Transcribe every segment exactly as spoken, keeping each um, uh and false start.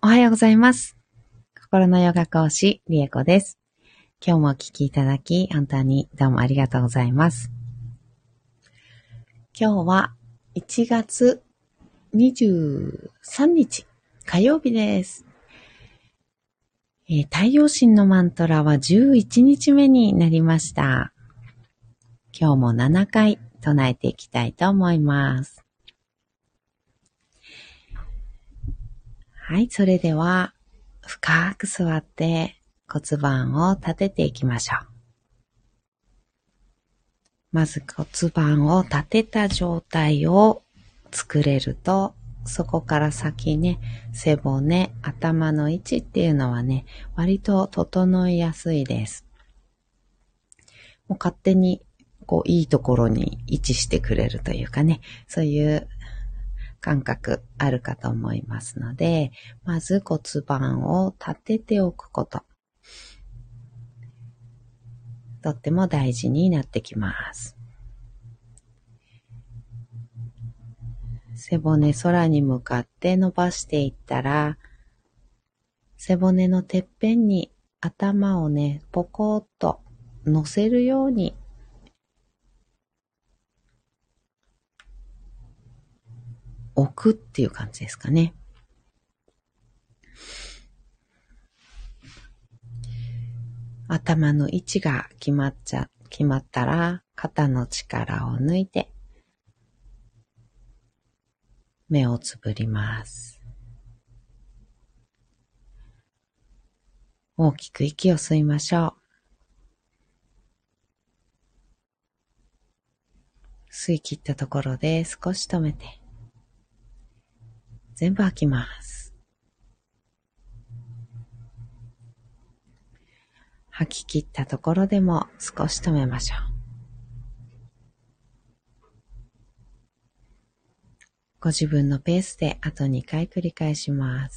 おはようございます。心のヨガ講師、リエコです。今日もお聞きいただき、本当にどうもありがとうございます。今日はいちがつにじゅうさんにち、火曜日です。えー、太陽神のマントラはじゅういちにちめになりました。今日もななかい唱えていきたいと思います。はい、それでは深く座って骨盤を立てていきましょう。まず骨盤を立てた状態を作れると、そこから先ね、背骨、頭の位置っていうのはね、割と整いやすいです。もう勝手にこういいところに位置してくれるというかね、そういう感覚あるかと思いますので、まず骨盤を立てておくこと。とっても大事になってきます。背骨空に向かって伸ばしていったら、背骨のてっぺんに頭をね、ポコッと乗せるように置くっていう感じですかね。頭の位置が決まっちゃ、決まったら、肩の力を抜いて、目をつぶります。大きく息を吸いましょう。吸い切ったところで少し止めて、全部吐きます。吐き切ったところでも少し止めましょう。ご自分のペースであとにかい繰り返します。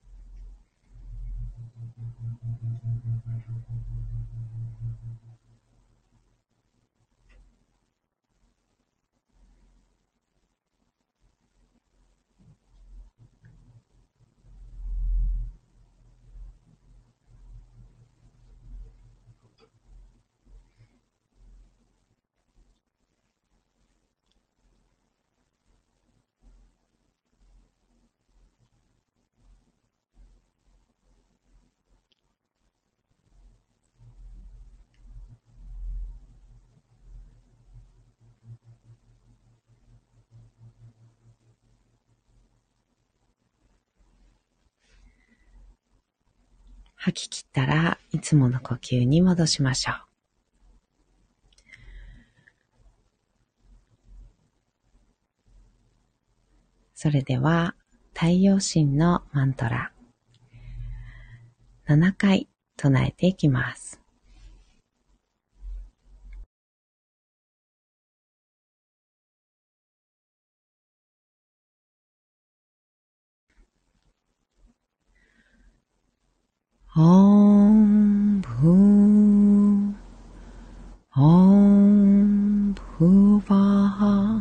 吐き切ったらいつもの呼吸に戻しましょう。それでは太陽神のマントラななかい唱えていきます。オンブーオンブーバー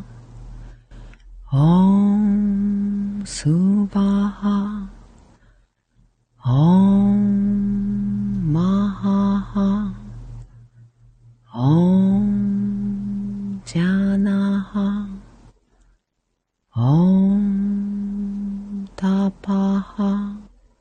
オンスーバーオンマハハオンジャナハオンタパハ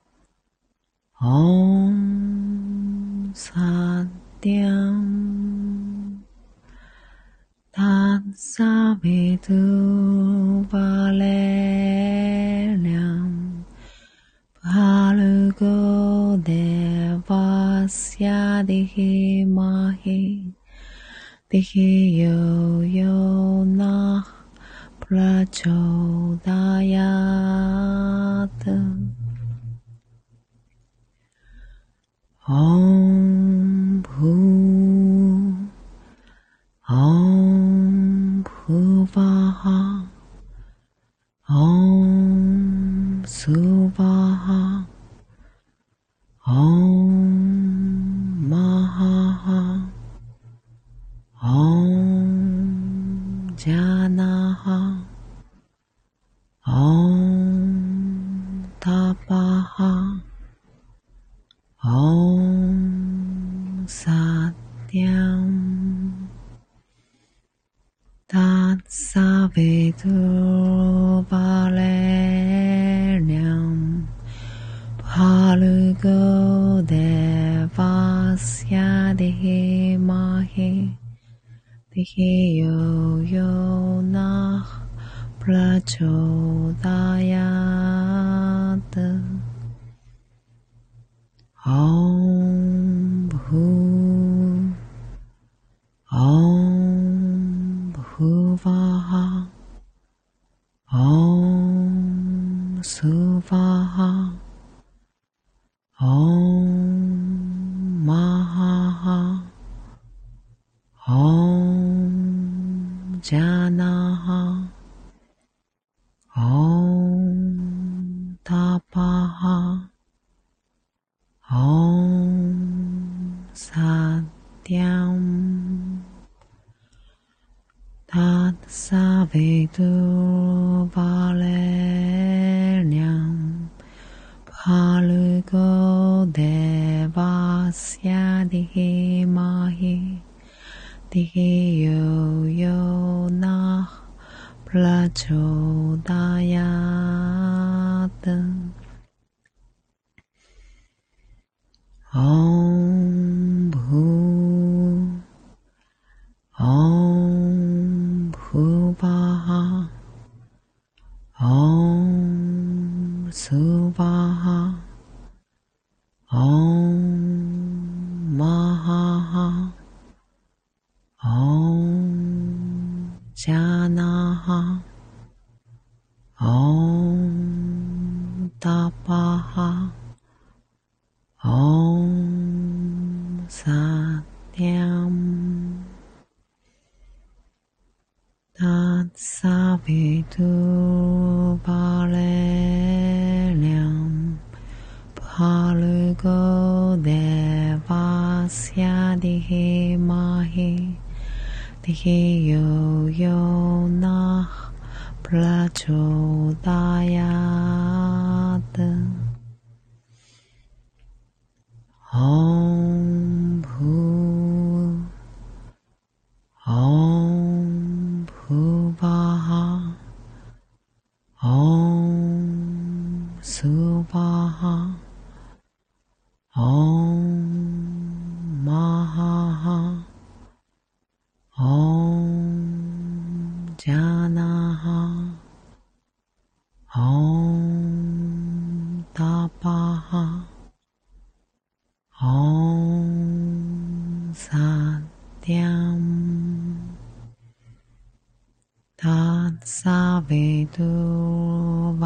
オンサティアンタッサビトゥバレリャンバルゴデバスヤディヒマヒディヒヨヨナプラチョダヤトオンブーオンブーバハオンスーバハオンマハハオンジャナハオンタパハオンサティアンタッサヴィドゥバレニャンパルゴデバスヤディマヒディヨヨナプラチョダヤタOm Bhu Om Bhuvaha Om Suvaha Om Mahaha Om Janaha Om Tapaha Om Satyam Tat Savitu Valenyam Bhargo Devasya Dhimahi Dhiyo Yo Nah Prachodayat Om Bhu Om Bhuvaha Om Suvaha Om Mahaha Om Janaha Om Tapaha Om Satyam Tat Savitu Valenyam Bhargo Devasya Dhimahi Dhiyo Yo Nah Prachodayat Om Bhu Om Bhuvaha Om Suvaha Om Mahaha Om Janaha Om Tapaha Om Satyam Tat Savitu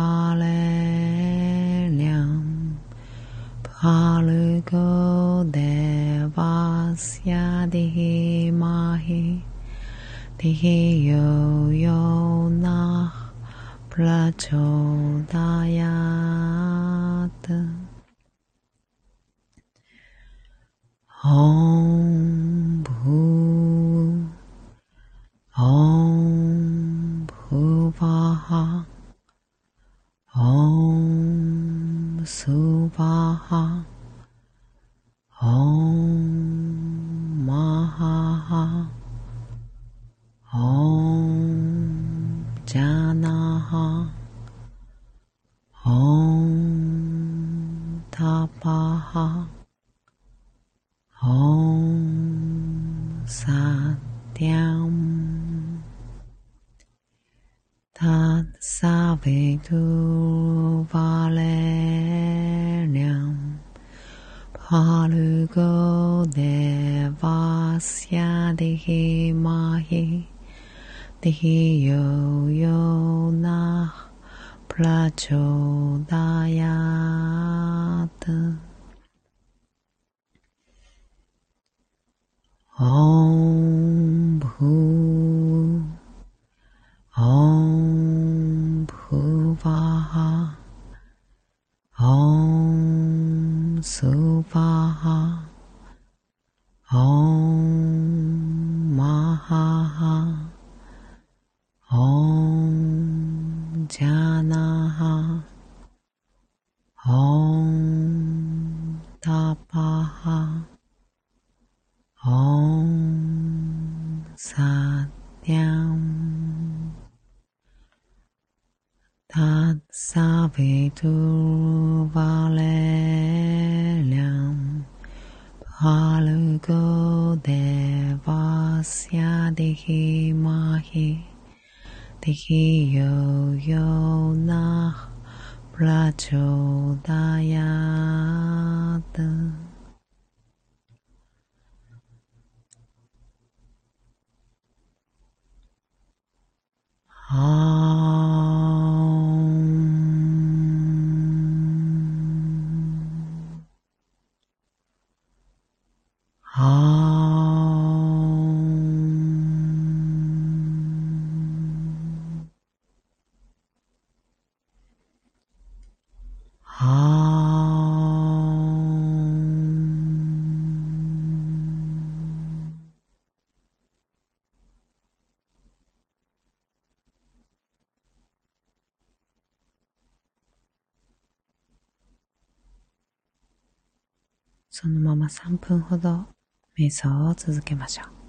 Valenyam Bhargo Devasya Dhimahi Dhiyo Yo Nah Prachodayat Om Bhu Om Bhuvaha Om Suvaha Om Mahaha Om Janaha Om Tapaha Om Satyam Tat Savitu Valenyam Bhargo Devasya Dhimahi Dhiyo Yo Nah Prachodayat Om Bhu Om Bhuvaha Om Suvaha Om Mahaha Om Janaha Om Tapaha Om Satyam Tat Savitur Valeriam Bhargo Devasya Dhimahi Dhiyo Yo Nah Prachodayat Om Om Om そのままさんぷんほど瞑想を続けましょう。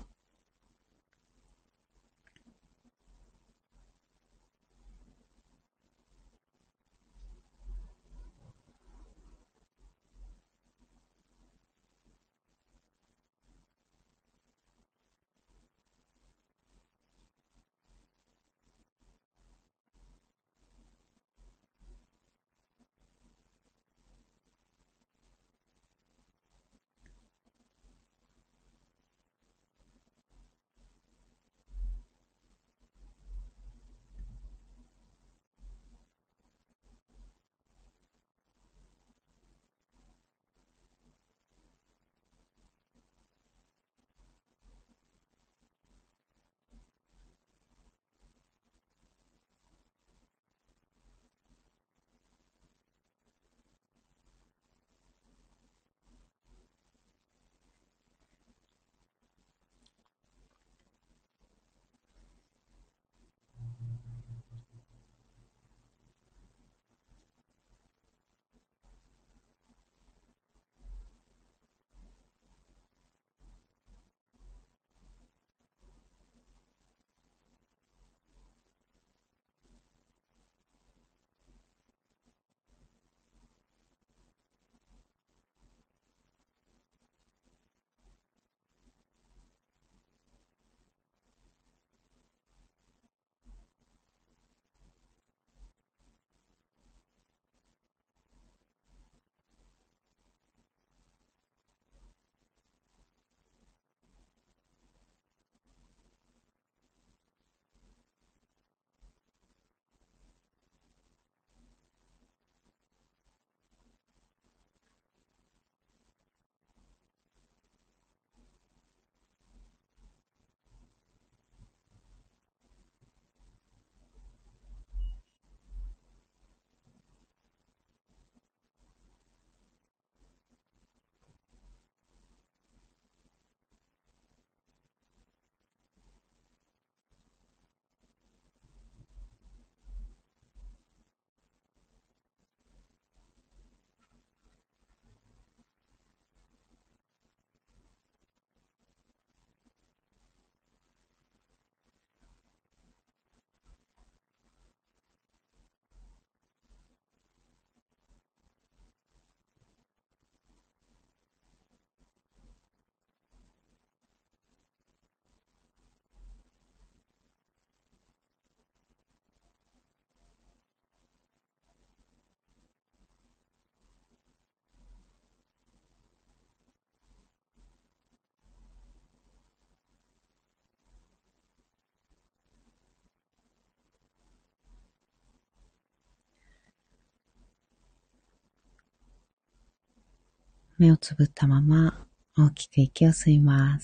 目をつぶったまま大きく息を吸います。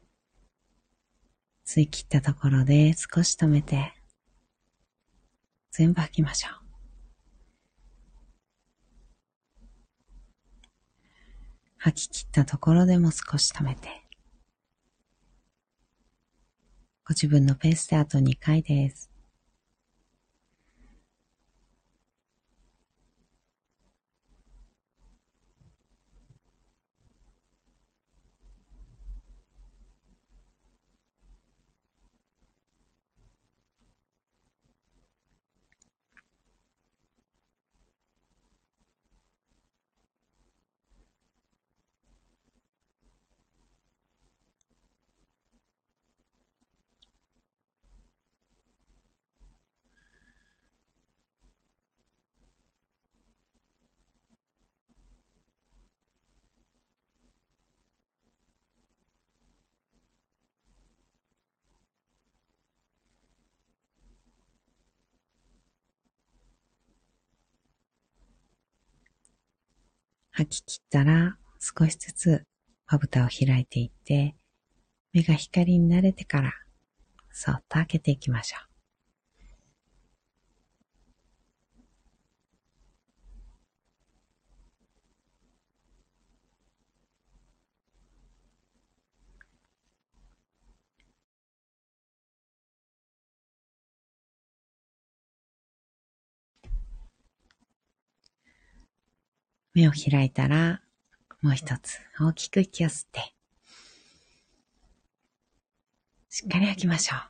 吸い切ったところで少し止めて全部吐きましょう。吐き切ったところでも少し止めて、ご自分のペースであとにかいです。 吐き切ったら少しずつまぶたを開いていって、目が光に慣れてからそっと開けていきましょう。目を開いたら、もう一つ大きく息を吸って、しっかり吐きましょう。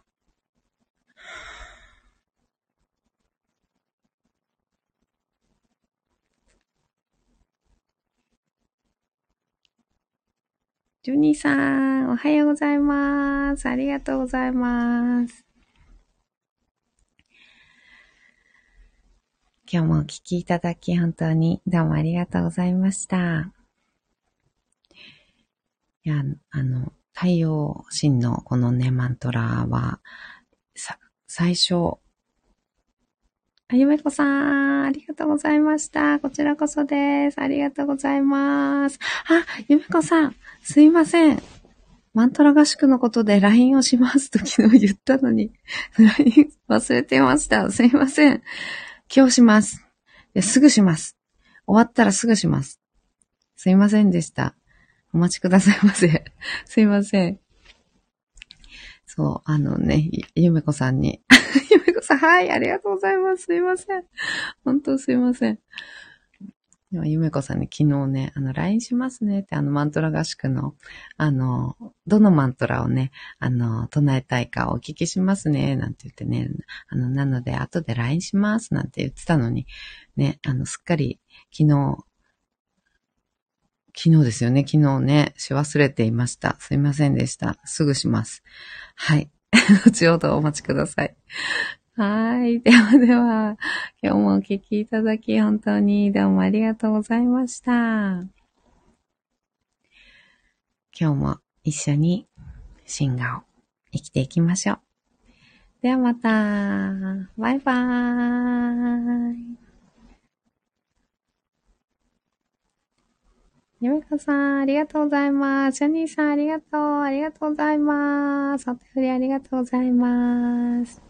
ジュニーさん、おはようございます。ありがとうございます。今日もお聞きいただき本当にどうもありがとうございました。いや、あの、太陽神のこのね、マントラは、さ、最初、あ、ゆめこさん、ありがとうございました。こちらこそです。ありがとうございます。あ、ゆめこさん、すいません。マントラ合宿のことで ライン をしますと昨日言ったのに、ライン 忘れてました。すいません。今日します。すぐします。終わったらすぐします。すいませんでした。お待ちくださいませ。すいません。そう、あのね、ゆめこさんに。ゆめこさん、はい、ありがとうございます。すいません。本当すいません。でもゆめこさんに昨日ね、あの、ライン しますねって、あの、マントラ合宿の、あの、どのマントラをね、あの、唱えたいかお聞きしますね、なんて言ってね、あの、なので、後で ライン します、なんて言ってたのに、ね、あの、すっかり、昨日、昨日ですよね、昨日ね、し忘れていました。すいませんでした。すぐします。はい。後ほどお待ちください。はい。ではでは、今日もお聞きいただき本当にどうもありがとうございました。今日も一緒にシンガを生きていきましょう。ではまた。バイバーイ。ゆめこさん、ありがとうございます。ジャニーさん、ありがとう。ありがとうございます。お手振りありがとうございます。